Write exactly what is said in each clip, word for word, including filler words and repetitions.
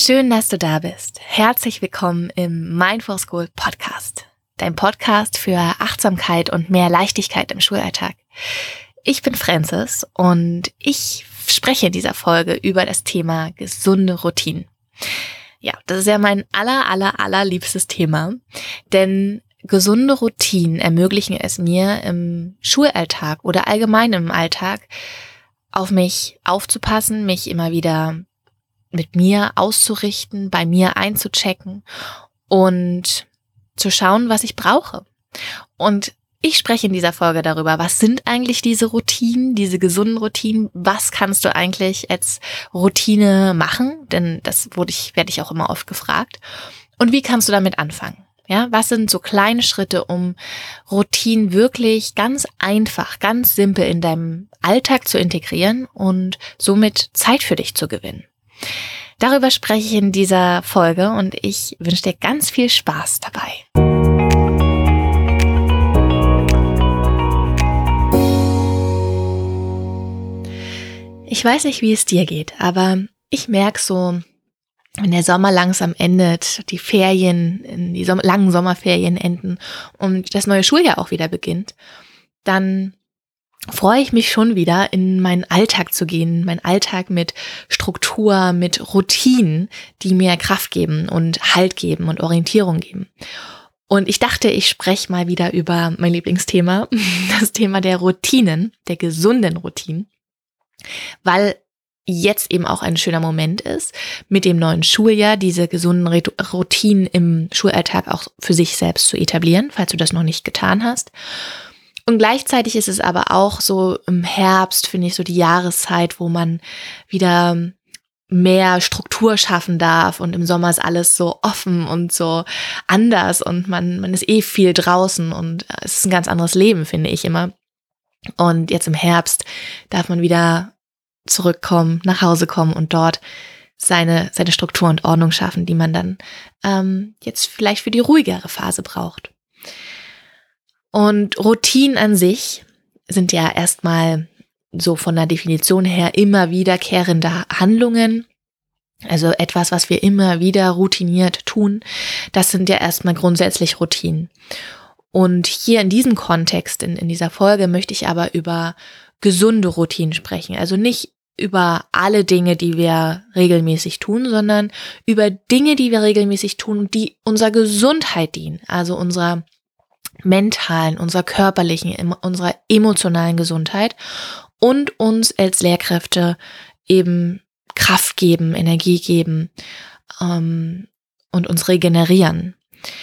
Schön, dass du da bist. Herzlich willkommen im Mindful School Podcast, dein Podcast für Achtsamkeit und mehr Leichtigkeit im Schulalltag. Ich bin Frances und ich spreche in dieser Folge über das Thema gesunde Routinen. Ja, das ist ja mein aller, aller, allerliebstes Thema, denn gesunde Routinen ermöglichen es mir im Schulalltag oder allgemein im Alltag auf mich aufzupassen, mich immer wieder mit mir auszurichten, bei mir einzuchecken und zu schauen, was ich brauche. Und ich spreche in dieser Folge darüber, was sind eigentlich diese Routinen, diese gesunden Routinen, was kannst du eigentlich als Routine machen, denn das wurde ich, werde ich auch immer oft gefragt, und wie kannst du damit anfangen? Ja, was sind so kleine Schritte, um Routinen wirklich ganz einfach, ganz simpel in deinem Alltag zu integrieren und somit Zeit für dich zu gewinnen? Darüber spreche ich in dieser Folge und ich wünsche dir ganz viel Spaß dabei. Ich weiß nicht, wie es dir geht, aber ich merke so, wenn der Sommer langsam endet, die Ferien, die Som- langen Sommerferien enden und das neue Schuljahr auch wieder beginnt, dann freue ich mich schon wieder, in meinen Alltag zu gehen, meinen Alltag mit Struktur, mit Routinen, die mir Kraft geben und Halt geben und Orientierung geben. Und ich dachte, ich spreche mal wieder über mein Lieblingsthema, das Thema der Routinen, der gesunden Routinen, weil jetzt eben auch ein schöner Moment ist, mit dem neuen Schuljahr diese gesunden Routinen im Schulalltag auch für sich selbst zu etablieren, falls du das noch nicht getan hast. Und gleichzeitig ist es aber auch so im Herbst, finde ich, so die Jahreszeit, wo man wieder mehr Struktur schaffen darf, und im Sommer ist alles so offen und so anders und man, man ist eh viel draußen und es ist ein ganz anderes Leben, finde ich immer. Und jetzt im Herbst darf man wieder zurückkommen, nach Hause kommen und dort seine, seine Struktur und Ordnung schaffen, die man dann ähm, jetzt vielleicht für die ruhigere Phase braucht. Und Routinen an sich sind ja erstmal so von der Definition her immer wiederkehrende Handlungen, also etwas, was wir immer wieder routiniert tun. Das sind ja erstmal grundsätzlich Routinen. Und hier in diesem Kontext, in, in dieser Folge, möchte ich aber über gesunde Routinen sprechen. Also nicht über alle Dinge, die wir regelmäßig tun, sondern über Dinge, die wir regelmäßig tun, die unserer Gesundheit dienen, also unserer mentalen, unserer körperlichen, unserer emotionalen Gesundheit und uns als Lehrkräfte eben Kraft geben, Energie geben ähm, und uns regenerieren.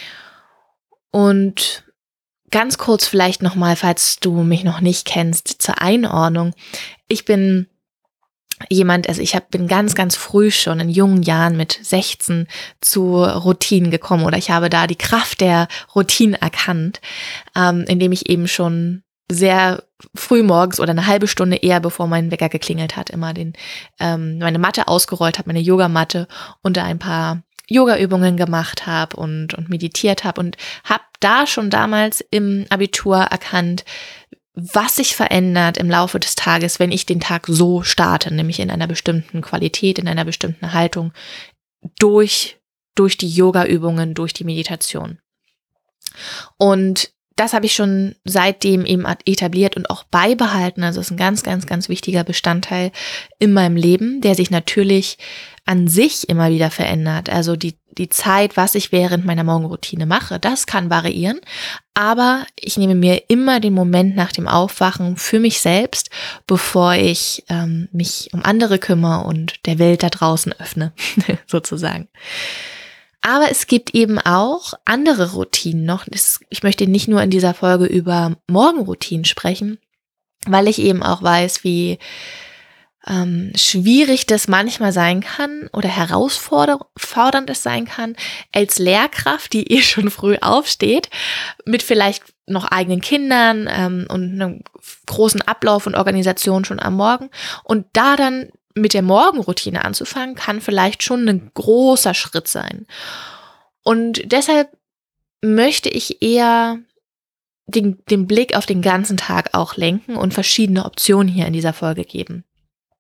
Und ganz kurz vielleicht nochmal, falls du mich noch nicht kennst, zur Einordnung. Ich bin jemand, also ich hab, bin ganz, ganz früh schon in jungen Jahren mit sechzehn zu Routinen gekommen, oder ich habe da die Kraft der Routinen erkannt, ähm, indem ich eben schon sehr früh morgens oder eine halbe Stunde eher, bevor mein Wecker geklingelt hat, immer den ähm, meine Matte ausgerollt habe, meine Yogamatte, und da ein paar Yoga-Übungen gemacht habe und, und meditiert habe und habe da schon damals im Abitur erkannt, was sich verändert im Laufe des Tages, wenn ich den Tag so starte, nämlich in einer bestimmten Qualität, in einer bestimmten Haltung, durch, durch die Yoga-Übungen, durch die Meditation. Und das habe ich schon seitdem eben etabliert und auch beibehalten. Also es ist ein ganz, ganz, ganz wichtiger Bestandteil in meinem Leben, der sich natürlich an sich immer wieder verändert. Also die, die Zeit, was ich während meiner Morgenroutine mache, das kann variieren. Aber ich nehme mir immer den Moment nach dem Aufwachen für mich selbst, bevor ich ähm, mich um andere kümmere und der Welt da draußen öffne, sozusagen. Aber es gibt eben auch andere Routinen noch. Ich möchte nicht nur in dieser Folge über Morgenroutinen sprechen, weil ich eben auch weiß, wie ähm, schwierig das manchmal sein kann oder herausfordernd es sein kann, als Lehrkraft, die eh schon früh aufsteht, mit vielleicht noch eigenen Kindern ähm, und einem großen Ablauf und Organisation schon am Morgen, und da dann mit der Morgenroutine anzufangen, kann vielleicht schon ein großer Schritt sein. Und deshalb möchte ich eher den, den Blick auf den ganzen Tag auch lenken und verschiedene Optionen hier in dieser Folge geben.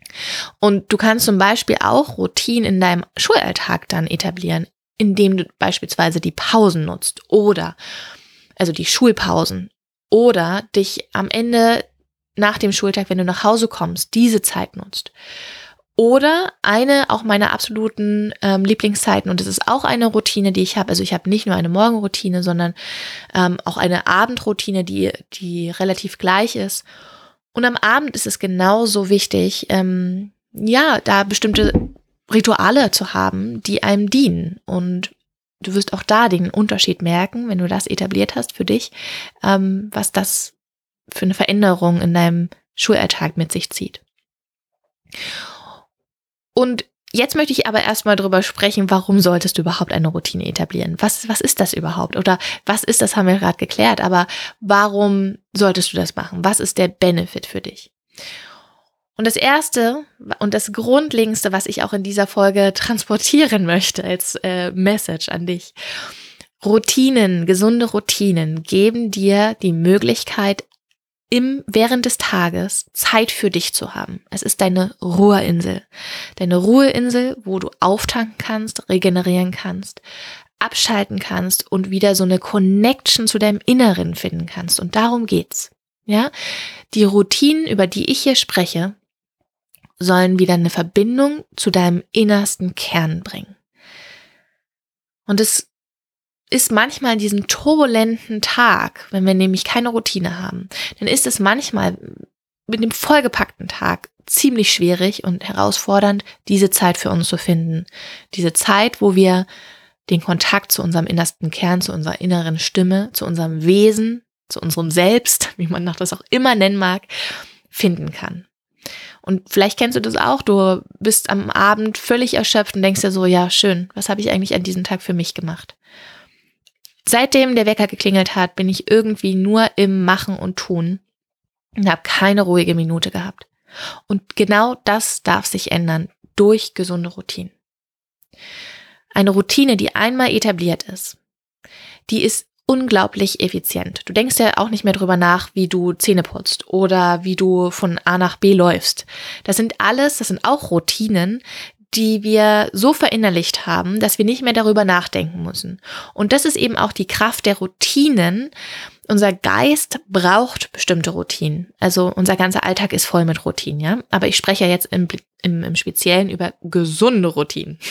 Und du kannst zum Beispiel auch Routinen in deinem Schulalltag dann etablieren, indem du beispielsweise die Pausen nutzt oder, also die Schulpausen, oder dich am Ende nach dem Schultag, wenn du nach Hause kommst, diese Zeit nutzt. Oder eine auch meiner absoluten ähm, Lieblingszeiten, und das ist auch eine Routine, die ich habe, also ich habe nicht nur eine Morgenroutine, sondern ähm, auch eine Abendroutine, die, die relativ gleich ist. Und am Abend ist es genauso wichtig, ähm, ja, da bestimmte Rituale zu haben, die einem dienen. Und du wirst auch da den Unterschied merken, wenn du das etabliert hast für dich, ähm, was das für eine Veränderung in deinem Schulalltag mit sich zieht. Und jetzt möchte ich aber erstmal drüber sprechen, warum solltest du überhaupt eine Routine etablieren? Was, was ist das überhaupt? Oder was ist das, haben wir gerade geklärt, aber warum solltest du das machen? Was ist der Benefit für dich? Und das Erste und das Grundlegendste, was ich auch in dieser Folge transportieren möchte als äh, Message an dich: Routinen, gesunde Routinen geben dir die Möglichkeit, im während des Tages Zeit für dich zu haben. Es ist deine Ruheinsel. Deine Ruheinsel, wo du auftanken kannst, regenerieren kannst, abschalten kannst und wieder so eine Connection zu deinem Inneren finden kannst. Und darum geht's. Ja? Die Routinen, über die ich hier spreche, sollen wieder eine Verbindung zu deinem innersten Kern bringen. Und es ist manchmal in diesem turbulenten Tag, wenn wir nämlich keine Routine haben, dann ist es manchmal mit dem vollgepackten Tag ziemlich schwierig und herausfordernd, diese Zeit für uns zu finden. Diese Zeit, wo wir den Kontakt zu unserem innersten Kern, zu unserer inneren Stimme, zu unserem Wesen, zu unserem Selbst, wie man das auch immer nennen mag, finden kann. Und vielleicht kennst du das auch, du bist am Abend völlig erschöpft und denkst dir so, ja schön, was habe ich eigentlich an diesem Tag für mich gemacht? Seitdem der Wecker geklingelt hat, bin ich irgendwie nur im Machen und Tun und habe keine ruhige Minute gehabt. Und genau das darf sich ändern durch gesunde Routinen. Eine Routine, die einmal etabliert ist, die ist unglaublich effizient. Du denkst ja auch nicht mehr drüber nach, wie du Zähne putzt oder wie du von A nach B läufst. Das sind alles, das sind auch Routinen, die wir so verinnerlicht haben, dass wir nicht mehr darüber nachdenken müssen. Und das ist eben auch die Kraft der Routinen. Unser Geist braucht bestimmte Routinen. Also unser ganzer Alltag ist voll mit Routinen, ja. Aber ich spreche ja jetzt im, im, im Speziellen über gesunde Routinen.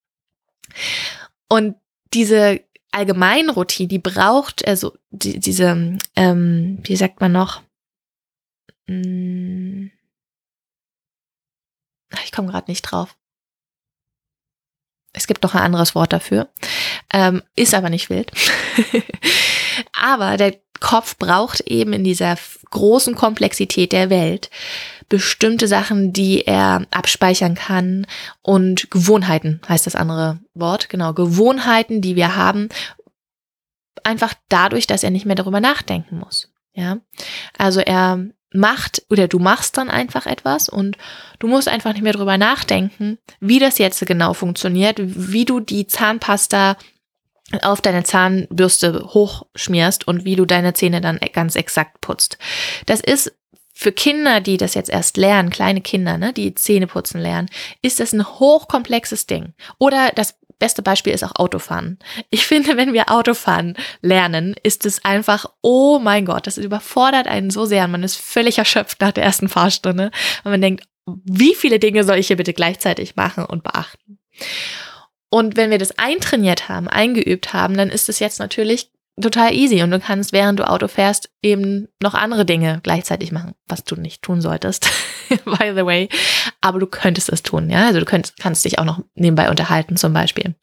Und diese allgemeine Routine, die braucht, also die, diese, ähm, wie sagt man noch? Hm, ich komme gerade nicht drauf. Es gibt noch ein anderes Wort dafür, ähm, ist aber nicht wild. Aber der Kopf braucht eben in dieser großen Komplexität der Welt bestimmte Sachen, die er abspeichern kann, und Gewohnheiten heißt das andere Wort, genau, Gewohnheiten, die wir haben, einfach dadurch, dass er nicht mehr darüber nachdenken muss. Ja, also er macht oder du machst dann einfach etwas und du musst einfach nicht mehr drüber nachdenken, wie das jetzt genau funktioniert, wie du die Zahnpasta auf deine Zahnbürste hochschmierst und wie du deine Zähne dann ganz exakt putzt. Das ist für Kinder, die das jetzt erst lernen, kleine Kinder, ne, die Zähne putzen lernen, ist das ein hochkomplexes Ding. Oder das beste Beispiel ist auch Autofahren. Ich finde, wenn wir Autofahren lernen, ist es einfach, oh mein Gott, das überfordert einen so sehr und man ist völlig erschöpft nach der ersten Fahrstunde und man denkt, wie viele Dinge soll ich hier bitte gleichzeitig machen und beachten? Und wenn wir das eintrainiert haben, eingeübt haben, dann ist es jetzt natürlich total easy und du kannst, während du Auto fährst, eben noch andere Dinge gleichzeitig machen, was du nicht tun solltest, by the way, aber du könntest es tun, ja, also du könntest, kannst dich auch noch nebenbei unterhalten zum Beispiel.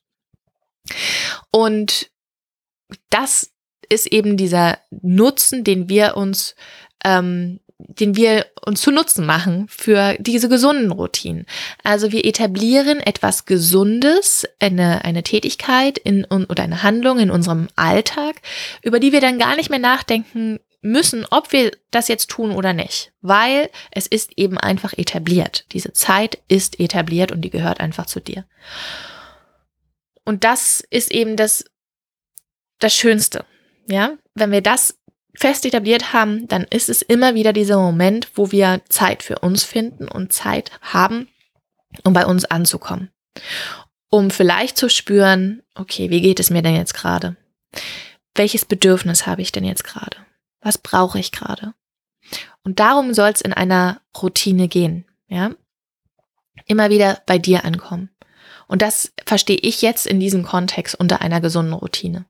Und das ist eben dieser Nutzen, den wir uns ähm, den wir uns zu Nutzen machen für diese gesunden Routinen. Also wir etablieren etwas Gesundes, eine, eine Tätigkeit in, oder eine Handlung in unserem Alltag, über die wir dann gar nicht mehr nachdenken müssen, ob wir das jetzt tun oder nicht, weil es ist eben einfach etabliert. Diese Zeit ist etabliert und die gehört einfach zu dir. Und das ist eben das, das Schönste, ja, wenn wir das fest etabliert haben, dann ist es immer wieder dieser Moment, wo wir Zeit für uns finden und Zeit haben, um bei uns anzukommen. Um vielleicht zu spüren, okay, wie geht es mir denn jetzt gerade? Welches Bedürfnis habe ich denn jetzt gerade? Was brauche ich gerade? Und darum soll es in einer Routine gehen, ja? Immer wieder bei dir ankommen. Und das verstehe ich jetzt in diesem Kontext unter einer gesunden Routine.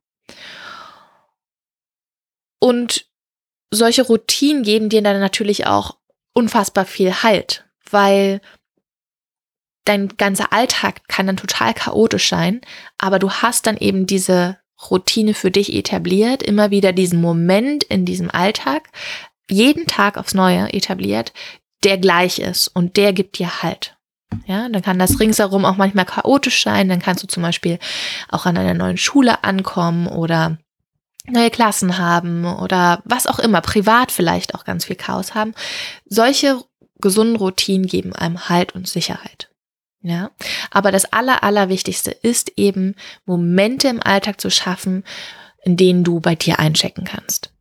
Und solche Routinen geben dir dann natürlich auch unfassbar viel Halt, weil dein ganzer Alltag kann dann total chaotisch sein, aber du hast dann eben diese Routine für dich etabliert, immer wieder diesen Moment in diesem Alltag, jeden Tag aufs Neue etabliert, der gleich ist und der gibt dir Halt. Ja, dann kann das ringsherum auch manchmal chaotisch sein, dann kannst du zum Beispiel auch an einer neuen Schule ankommen oder neue Klassen haben oder was auch immer, privat vielleicht auch ganz viel Chaos haben. Solche gesunden Routinen geben einem Halt und Sicherheit. Ja, aber das Aller, Allerwichtigste ist eben, Momente im Alltag zu schaffen, in denen du bei dir einchecken kannst.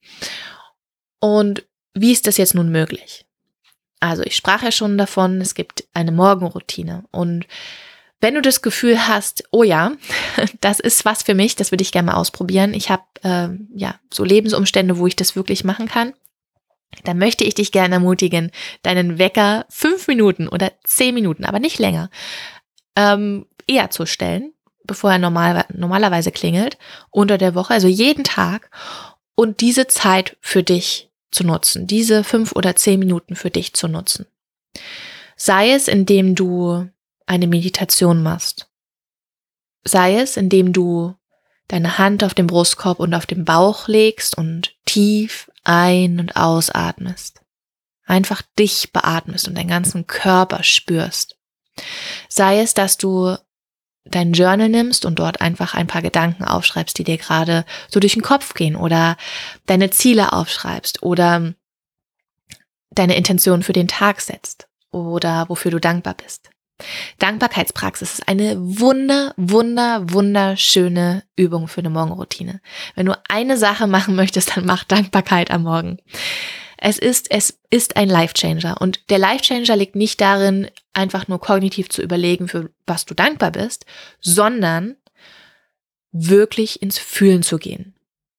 Und wie ist das jetzt nun möglich? Also ich sprach ja schon davon, es gibt eine Morgenroutine. Und wenn du das Gefühl hast, oh ja, das ist was für mich, das würde ich gerne mal ausprobieren. Ich habe äh, ja so Lebensumstände, wo ich das wirklich machen kann. Dann möchte ich dich gerne ermutigen, deinen Wecker fünf Minuten oder zehn Minuten, aber nicht länger, ähm, eher zu stellen, bevor er normal, normalerweise klingelt, unter der Woche, also jeden Tag, und diese Zeit für dich zu nutzen, diese fünf oder zehn Minuten für dich zu nutzen. Sei es, indem du eine Meditation machst. Sei es, indem du deine Hand auf den Brustkorb und auf den Bauch legst und tief ein- und ausatmest. Einfach dich beatmest und deinen ganzen Körper spürst. Sei es, dass du dein Journal nimmst und dort einfach ein paar Gedanken aufschreibst, die dir gerade so durch den Kopf gehen, oder deine Ziele aufschreibst oder deine Intention für den Tag setzt oder wofür du dankbar bist. Dankbarkeitspraxis ist eine wunder, wunder, wunderschöne Übung für eine Morgenroutine. Wenn du eine Sache machen möchtest, dann mach Dankbarkeit am Morgen. Es ist, es ist ein Life-Changer. Und der Life-Changer liegt nicht darin, einfach nur kognitiv zu überlegen, für was du dankbar bist, sondern wirklich ins Fühlen zu gehen.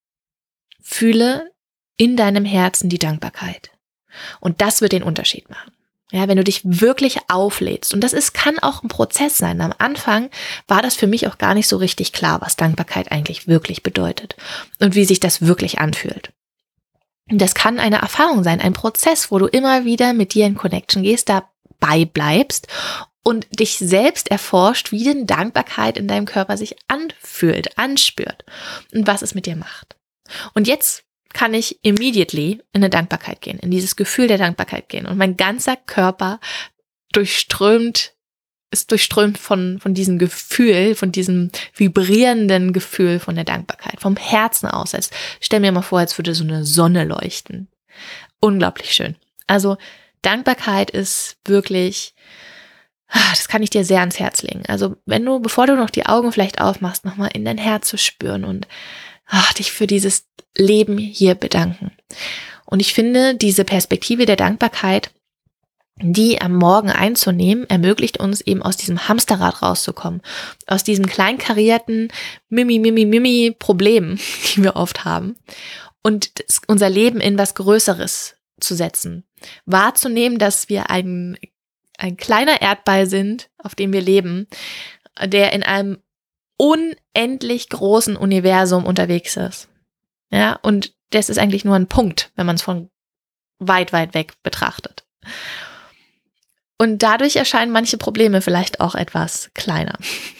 Fühle in deinem Herzen die Dankbarkeit. Und das wird den Unterschied machen. Ja, wenn du dich wirklich auflädst. Und das ist, kann auch ein Prozess sein. Am Anfang war das für mich auch gar nicht so richtig klar, was Dankbarkeit eigentlich wirklich bedeutet und wie sich das wirklich anfühlt. Und das kann eine Erfahrung sein, ein Prozess, wo du immer wieder mit dir in Connection gehst, dabei bleibst und dich selbst erforscht, wie denn Dankbarkeit in deinem Körper sich anfühlt, anspürt und was es mit dir macht. Und jetzt kann ich immediately in eine Dankbarkeit gehen, in dieses Gefühl der Dankbarkeit gehen. Und mein ganzer Körper durchströmt, ist durchströmt von, von diesem Gefühl, von diesem vibrierenden Gefühl von der Dankbarkeit, vom Herzen aus. Als, stell mir mal vor, als würde so eine Sonne leuchten. Unglaublich schön. Also Dankbarkeit ist wirklich, das kann ich dir sehr ans Herz legen. Also wenn du, bevor du noch die Augen vielleicht aufmachst, nochmal in dein Herz zu spüren und ach, dich für dieses Leben hier bedanken. Und ich finde, diese Perspektive der Dankbarkeit, die am Morgen einzunehmen, ermöglicht uns eben aus diesem Hamsterrad rauszukommen. Aus diesem kleinkarierten Mimi, Mimi, Mimi Problem, die wir oft haben. Und unser Leben in was Größeres zu setzen. Wahrzunehmen, dass wir ein, ein kleiner Erdball sind, auf dem wir leben, der in einem unendlich großen Universum unterwegs ist. Ja, und das ist eigentlich nur ein Punkt, wenn man es von weit, weit weg betrachtet. Und dadurch erscheinen manche Probleme vielleicht auch etwas kleiner.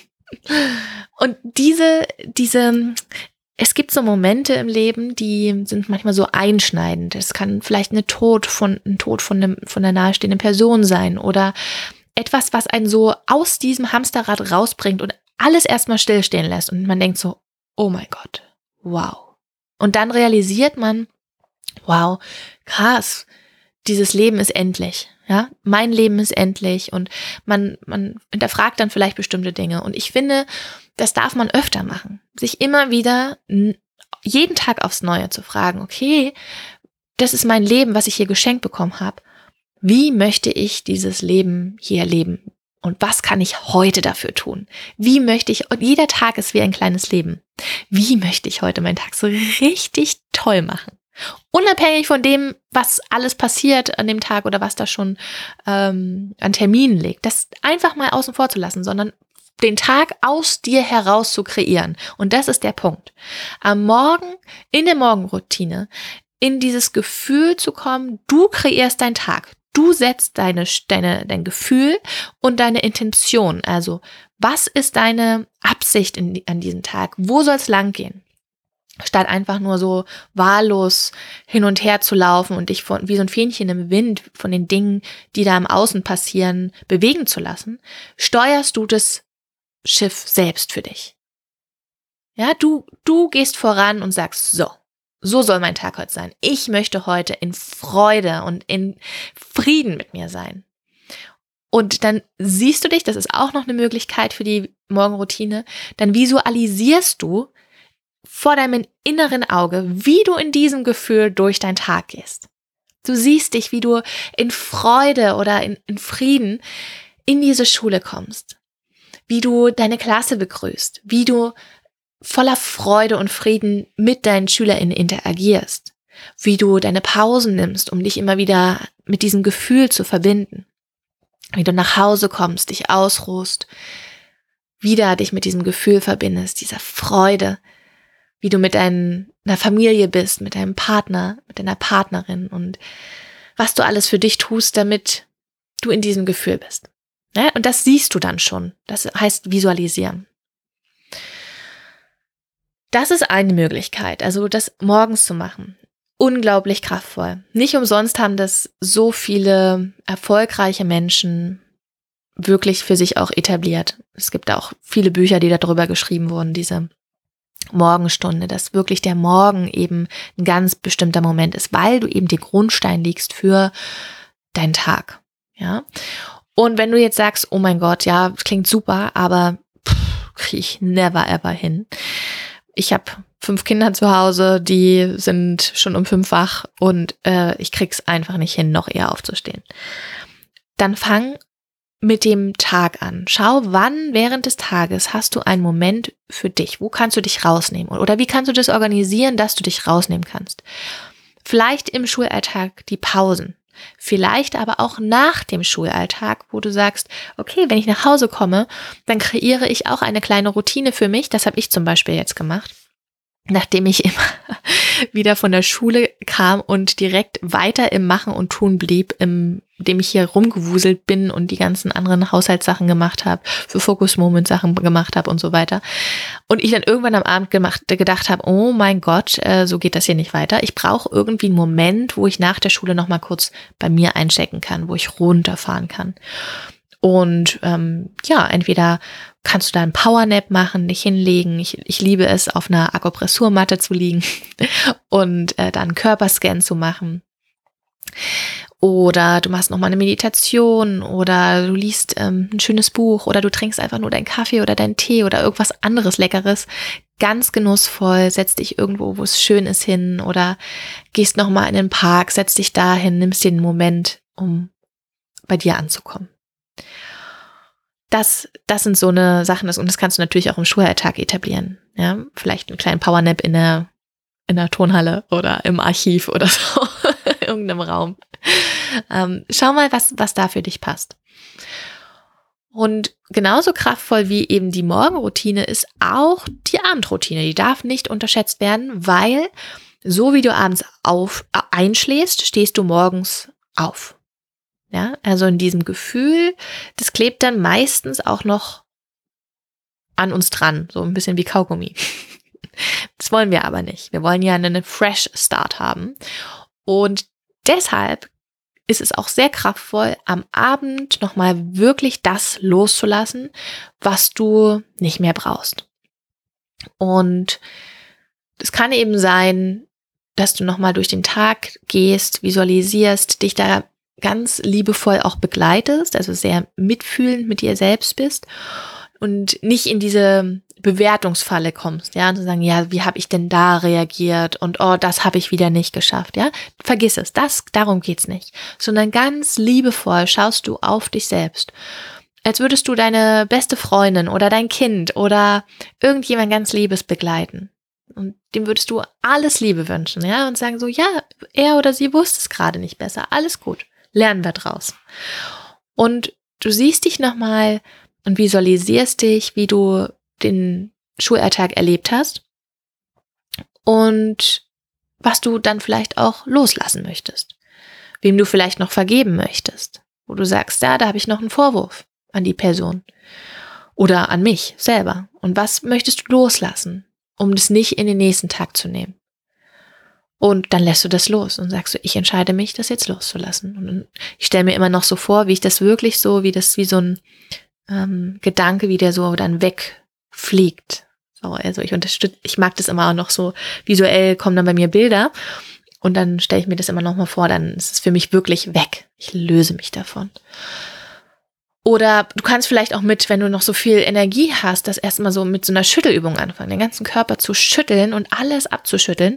Und diese, diese, es gibt so Momente im Leben, die sind manchmal so einschneidend. Es kann vielleicht eine Tod von, ein Tod von, einem, von einer nahestehenden Person sein oder etwas, was einen so aus diesem Hamsterrad rausbringt und alles erstmal stillstehen lässt. Und man denkt so, oh mein Gott, wow. Und dann realisiert man, wow, krass, dieses Leben ist endlich. Ja, mein Leben ist endlich. Und man, man hinterfragt dann vielleicht bestimmte Dinge. Und ich finde, das darf man öfter machen. Sich immer wieder jeden Tag aufs Neue zu fragen, okay, das ist mein Leben, was ich hier geschenkt bekommen habe. Wie möchte ich dieses Leben hier leben? Und was kann ich heute dafür tun? Wie möchte ich, und jeder Tag ist wie ein kleines Leben. Wie möchte ich heute meinen Tag so richtig toll machen? Unabhängig von dem, was alles passiert an dem Tag oder was da schon ähm, an Terminen liegt. Das einfach mal außen vor zu lassen, sondern den Tag aus dir heraus zu kreieren. Und das ist der Punkt. Am Morgen, in der Morgenroutine, in dieses Gefühl zu kommen, du kreierst deinen Tag. Du setzt deine, deine, dein Gefühl und deine Intention. Also, was ist deine Absicht in, an diesem Tag? Wo soll es lang gehen? Statt einfach nur so wahllos hin und her zu laufen und dich von, wie so ein Fähnchen im Wind von den Dingen, die da im Außen passieren, bewegen zu lassen, steuerst du das Schiff selbst für dich. Ja, du, du gehst voran und sagst, so. So soll mein Tag heute sein. Ich möchte heute in Freude und in Frieden mit mir sein. Und dann siehst du dich, das ist auch noch eine Möglichkeit für die Morgenroutine, dann visualisierst du vor deinem inneren Auge, wie du in diesem Gefühl durch deinen Tag gehst. Du siehst dich, wie du in Freude oder in, in Frieden in diese Schule kommst, wie du deine Klasse begrüßt, wie du voller Freude und Frieden mit deinen SchülerInnen interagierst, wie du deine Pausen nimmst, um dich immer wieder mit diesem Gefühl zu verbinden, wie du nach Hause kommst, dich ausruhst, wieder dich mit diesem Gefühl verbindest, dieser Freude, wie du mit deiner Familie bist, mit deinem Partner, mit deiner Partnerin und was du alles für dich tust, damit du in diesem Gefühl bist. Ja, und das siehst du dann schon. Das heißt visualisieren. Das ist eine Möglichkeit, also das morgens zu machen. Unglaublich kraftvoll. Nicht umsonst haben das so viele erfolgreiche Menschen wirklich für sich auch etabliert. Es gibt auch viele Bücher, die darüber geschrieben wurden, diese Morgenstunde, dass wirklich der Morgen eben ein ganz bestimmter Moment ist, weil du eben den Grundstein legst für deinen Tag. Ja. Und wenn du jetzt sagst, oh mein Gott, ja, das klingt super, aber kriege ich never ever hin. Ich habe fünf Kinder zu Hause, die sind schon um fünf wach und äh, ich krieg's einfach nicht hin, noch eher aufzustehen. Dann fang mit dem Tag an. Schau, wann während des Tages hast du einen Moment für dich. Wo kannst du dich rausnehmen? Oder wie kannst du das organisieren, dass du dich rausnehmen kannst? Vielleicht im Schulalltag die Pausen. Vielleicht aber auch nach dem Schulalltag, wo du sagst, okay, wenn ich nach Hause komme, dann kreiere ich auch eine kleine Routine für mich. Das habe ich zum Beispiel jetzt gemacht, nachdem ich immer wieder von der Schule kam und direkt weiter im Machen und Tun blieb, indem ich hier rumgewuselt bin und die ganzen anderen Haushaltssachen gemacht habe, für Focus Moment Sachen gemacht habe und so weiter. Und ich dann irgendwann am Abend gemacht, gedacht habe, oh mein Gott, äh, so geht das hier nicht weiter. Ich brauche irgendwie einen Moment, wo ich nach der Schule nochmal kurz bei mir einchecken kann, wo ich runterfahren kann. Und ähm, ja, entweder kannst du da einen Powernap machen, dich hinlegen. Ich, ich liebe es, auf einer Akupressurmatte zu liegen und äh, dann einen Körperscan zu machen. Oder du machst nochmal eine Meditation oder du liest ähm, ein schönes Buch oder du trinkst einfach nur deinen Kaffee oder deinen Tee oder irgendwas anderes Leckeres. Ganz genussvoll, setz dich irgendwo, wo es schön ist, hin oder gehst nochmal in den Park, setz dich dahin, nimmst dir einen Moment, um bei dir anzukommen. Das, das sind so eine Sachen, das, und das kannst du natürlich auch im Schulalltag etablieren. Ja, vielleicht einen kleinen Powernap in der, in der Turnhalle oder im Archiv oder so, in irgendeinem Raum. Ähm, schau mal, was, was da für dich passt. Und genauso kraftvoll wie eben die Morgenroutine ist auch die Abendroutine. Die darf nicht unterschätzt werden, weil so wie du abends auf, äh, einschläfst, stehst du morgens auf. Ja, also in diesem Gefühl, das klebt dann meistens auch noch an uns dran, so ein bisschen wie Kaugummi. Das wollen wir aber nicht. Wir wollen ja einen Fresh Start haben. Und deshalb ist es auch sehr kraftvoll, am Abend nochmal wirklich das loszulassen, was du nicht mehr brauchst. Und es kann eben sein, dass du nochmal durch den Tag gehst, visualisierst, dich da ganz liebevoll auch begleitest, also sehr mitfühlend mit dir selbst bist und nicht in diese Bewertungsfalle kommst, ja, und zu sagen, ja, wie habe ich denn da reagiert und oh, das habe ich wieder nicht geschafft, ja, vergiss es, das, darum geht's nicht, sondern ganz liebevoll schaust du auf dich selbst, als würdest du deine beste Freundin oder dein Kind oder irgendjemand ganz Liebes begleiten und dem würdest du alles Liebe wünschen, ja, und sagen so, ja, er oder sie wusste es gerade nicht besser, alles gut, lernen wir draus. Und du siehst dich nochmal und visualisierst dich, wie du den Schulalltag erlebt hast und was du dann vielleicht auch loslassen möchtest, wem du vielleicht noch vergeben möchtest, wo du sagst, ja, da habe ich noch einen Vorwurf an die Person oder an mich selber. Und was möchtest du loslassen, um das nicht in den nächsten Tag zu nehmen? Und dann lässt du das los und sagst du, ich entscheide mich, das jetzt loszulassen. Und ich stelle mir immer noch so vor, wie ich das wirklich so, wie das wie so ein ähm, Gedanke, wie der so dann wegfliegt. So, also ich unterstütze, ich mag das immer auch noch so visuell, kommen dann bei mir Bilder und dann stelle ich mir das immer noch mal vor, dann ist es für mich wirklich weg. Ich löse mich davon. Oder du kannst vielleicht auch mit, wenn du noch so viel Energie hast, das erstmal so mit so einer Schüttelübung anfangen, den ganzen Körper zu schütteln und alles abzuschütteln,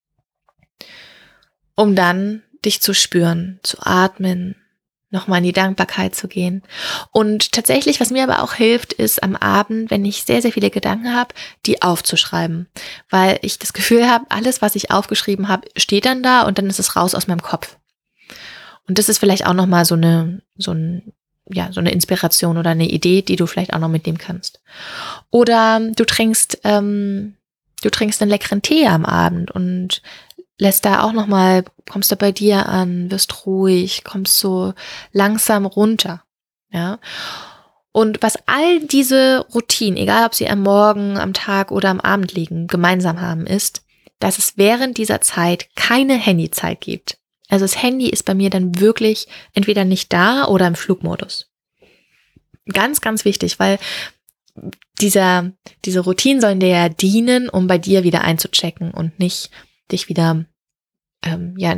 um dann dich zu spüren, zu atmen, nochmal in die Dankbarkeit zu gehen. Und tatsächlich, was mir aber auch hilft, ist am Abend, wenn ich sehr, sehr viele Gedanken habe, die aufzuschreiben. Weil ich das Gefühl habe, alles, was ich aufgeschrieben habe, steht dann da und dann ist es raus aus meinem Kopf. Und das ist vielleicht auch nochmal so eine, so ein, ja, so eine Inspiration oder eine Idee, die du vielleicht auch noch mitnehmen kannst. Oder du trinkst, ähm, du trinkst einen leckeren Tee am Abend und lässt da auch nochmal, kommst du bei dir an, wirst ruhig, kommst so langsam runter, ja. Und was all diese Routinen, egal ob sie am Morgen, am Tag oder am Abend liegen, gemeinsam haben, ist, dass es während dieser Zeit keine Handyzeit gibt. Also das Handy ist bei mir dann wirklich entweder nicht da oder im Flugmodus. Ganz, ganz wichtig, weil dieser, diese Routinen sollen dir ja dienen, um bei dir wieder einzuchecken und nicht dich wieder ähm, ja,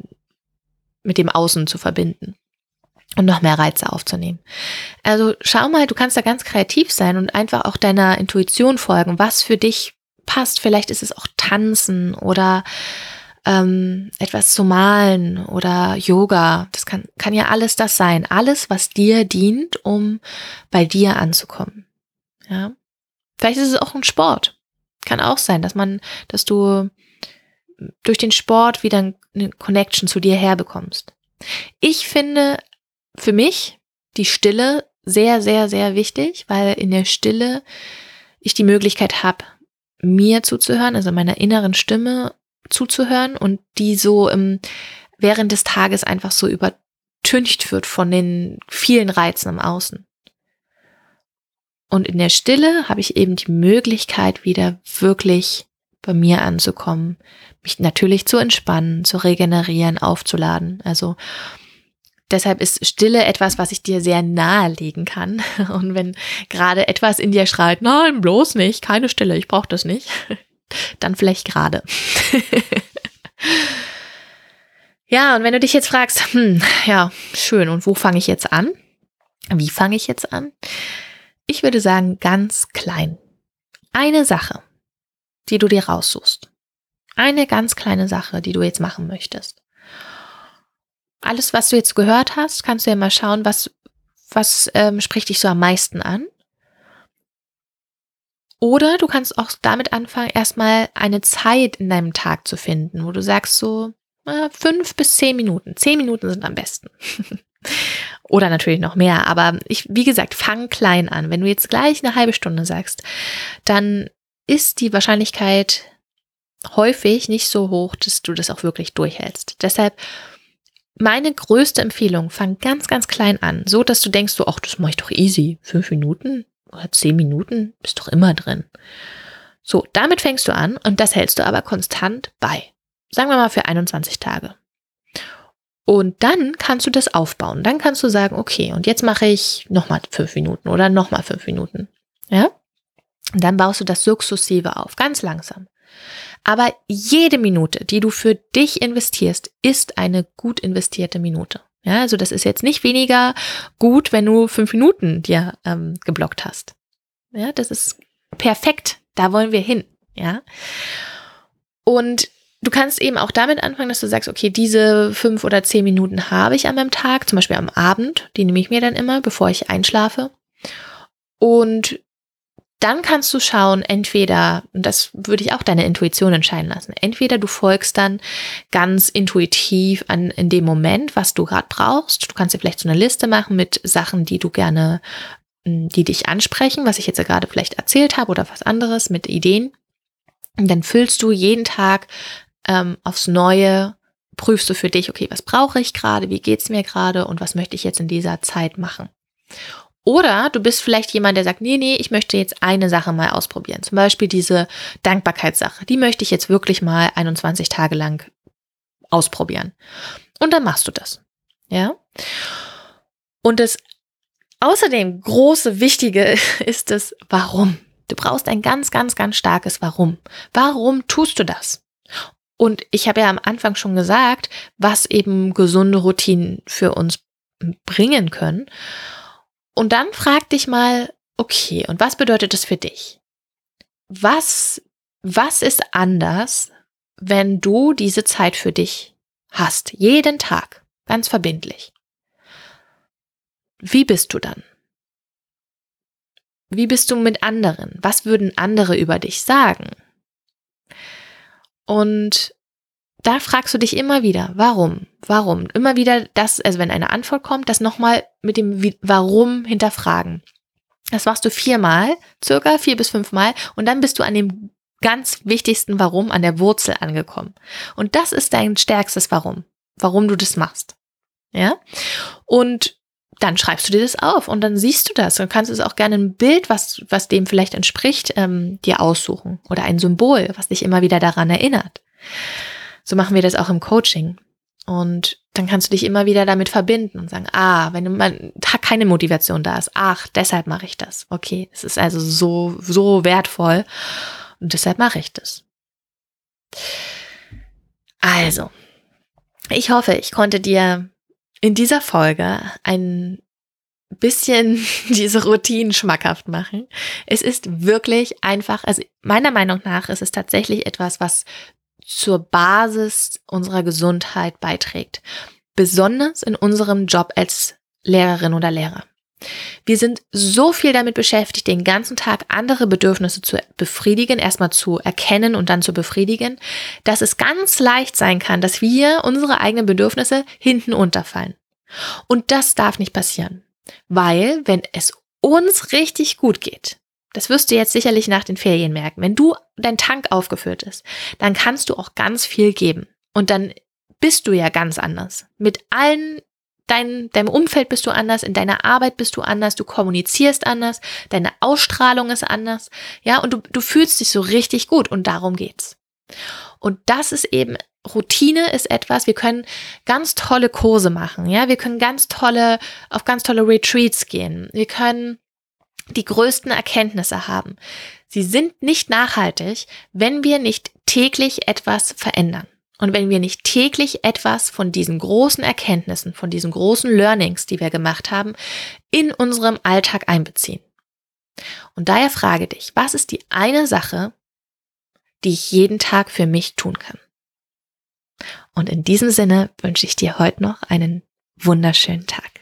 mit dem Außen zu verbinden und noch mehr Reize aufzunehmen. Also schau mal, du kannst da ganz kreativ sein und einfach auch deiner Intuition folgen, was für dich passt. Vielleicht ist es auch Tanzen oder ähm, etwas zu malen oder Yoga. Das kann, kann ja alles das sein. Alles, was dir dient, um bei dir anzukommen. Ja? Vielleicht ist es auch ein Sport. Kann auch sein, dass man, dass du durch den Sport wieder eine Connection zu dir herbekommst. Ich finde für mich die Stille sehr, sehr, sehr wichtig, weil in der Stille ich die Möglichkeit habe, mir zuzuhören, also meiner inneren Stimme zuzuhören und die so im, während des Tages einfach so übertüncht wird von den vielen Reizen im Außen. Und in der Stille habe ich eben die Möglichkeit, wieder wirklich bei mir anzukommen, mich natürlich zu entspannen, zu regenerieren, aufzuladen. Also deshalb ist Stille etwas, was ich dir sehr nahelegen kann. Und wenn gerade etwas in dir schreit, nein, bloß nicht, keine Stille, ich brauche das nicht, dann vielleicht gerade. Ja, und wenn du dich jetzt fragst, hm, ja, schön, und wo fange ich jetzt an? Wie fange ich jetzt an? Ich würde sagen, ganz klein. Eine Sache, die du dir raussuchst. Eine ganz kleine Sache, die du jetzt machen möchtest. Alles, was du jetzt gehört hast, kannst du ja mal schauen, was, was ähm, spricht dich so am meisten an. Oder du kannst auch damit anfangen, erstmal eine Zeit in deinem Tag zu finden, wo du sagst so, äh, fünf bis zehn Minuten. Zehn Minuten sind am besten. Oder natürlich noch mehr, aber ich, wie gesagt, fang klein an. Wenn du jetzt gleich eine halbe Stunde sagst, dann ist die Wahrscheinlichkeit häufig nicht so hoch, dass du das auch wirklich durchhältst. Deshalb meine größte Empfehlung, fang ganz, ganz klein an, so dass du denkst, so, ach, das mache ich doch easy. Fünf Minuten oder zehn Minuten, bist doch immer drin. So, damit fängst du an und das hältst du aber konstant bei. Sagen wir mal für einundzwanzig Tage. Und dann kannst du das aufbauen. Dann kannst du sagen, okay, und jetzt mache ich nochmal fünf Minuten oder nochmal fünf Minuten. Ja? Und dann baust du das sukzessive auf, ganz langsam. Aber jede Minute, die du für dich investierst, ist eine gut investierte Minute. Ja, also das ist jetzt nicht weniger gut, wenn du fünf Minuten dir ähm, geblockt hast. Ja, das ist perfekt. Da wollen wir hin. Ja. Und du kannst eben auch damit anfangen, dass du sagst, okay, diese fünf oder zehn Minuten habe ich an meinem Tag, zum Beispiel am Abend, die nehme ich mir dann immer, bevor ich einschlafe. Und dann kannst du schauen, entweder, und das würde ich auch deine Intuition entscheiden lassen, entweder du folgst dann ganz intuitiv an in dem Moment, was du gerade brauchst. Du kannst dir vielleicht so eine Liste machen mit Sachen, die du gerne, die dich ansprechen, was ich jetzt ja gerade vielleicht erzählt habe oder was anderes mit Ideen. Und dann füllst du jeden Tag ähm, aufs Neue, prüfst du für dich, okay, was brauche ich gerade, wie geht's mir gerade und was möchte ich jetzt in dieser Zeit machen. Oder du bist vielleicht jemand, der sagt, nee, nee, ich möchte jetzt eine Sache mal ausprobieren. Zum Beispiel diese Dankbarkeitssache. Die möchte ich jetzt wirklich mal einundzwanzig Tage lang ausprobieren. Und dann machst du das. Ja? Und das außerdem große, wichtige ist das Warum. Du brauchst ein ganz, ganz, ganz starkes Warum. Warum tust du das? Und ich habe ja am Anfang schon gesagt, was eben gesunde Routinen für uns bringen können. Und dann frag dich mal, okay, und was bedeutet das für dich? Was, was ist anders, wenn du diese Zeit für dich hast? Jeden Tag, ganz verbindlich. Wie bist du dann? Wie bist du mit anderen? Was würden andere über dich sagen? Und da fragst du dich immer wieder, warum? Warum? Immer wieder das, also wenn eine Antwort kommt, das nochmal mit dem Warum hinterfragen. Das machst du viermal, circa vier bis fünfmal, und dann bist du an dem ganz wichtigsten Warum, an der Wurzel angekommen. Und das ist dein stärkstes Warum, warum du das machst. Ja? Und dann schreibst du dir das auf und dann siehst du das. Dann kannst du es auch gerne ein Bild, was, was dem vielleicht entspricht, ähm, dir aussuchen oder ein Symbol, was dich immer wieder daran erinnert. So machen wir das auch im Coaching. Und dann kannst du dich immer wieder damit verbinden und sagen, ah, wenn man keine Motivation da ist, ach, deshalb mache ich das. Okay, es ist also so, so wertvoll und deshalb mache ich das. Also, ich hoffe, ich konnte dir in dieser Folge ein bisschen diese Routinen schmackhaft machen. Es ist wirklich einfach, also meiner Meinung nach ist es tatsächlich etwas, was zur Basis unserer Gesundheit beiträgt. Besonders in unserem Job als Lehrerin oder Lehrer. Wir sind so viel damit beschäftigt, den ganzen Tag andere Bedürfnisse zu befriedigen, erstmal zu erkennen und dann zu befriedigen, dass es ganz leicht sein kann, dass wir unsere eigenen Bedürfnisse hinten unterfallen. Und das darf nicht passieren, weil wenn es uns richtig gut geht, das wirst du jetzt sicherlich nach den Ferien merken, wenn du dein Tank aufgefüllt ist, dann kannst du auch ganz viel geben und dann bist du ja ganz anders. Mit allen Dein, deinem Umfeld bist du anders, in deiner Arbeit bist du anders, du kommunizierst anders, deine Ausstrahlung ist anders, ja, und du, du fühlst dich so richtig gut und darum geht's. Und das ist eben, Routine ist etwas, wir können ganz tolle Kurse machen, ja, wir können ganz tolle, auf ganz tolle Retreats gehen, wir können die größten Erkenntnisse haben. Sie sind nicht nachhaltig, wenn wir nicht täglich etwas verändern. Und wenn wir nicht täglich etwas von diesen großen Erkenntnissen, von diesen großen Learnings, die wir gemacht haben, in unserem Alltag einbeziehen. Und daher frage dich, was ist die eine Sache, die ich jeden Tag für mich tun kann? Und in diesem Sinne wünsche ich dir heute noch einen wunderschönen Tag.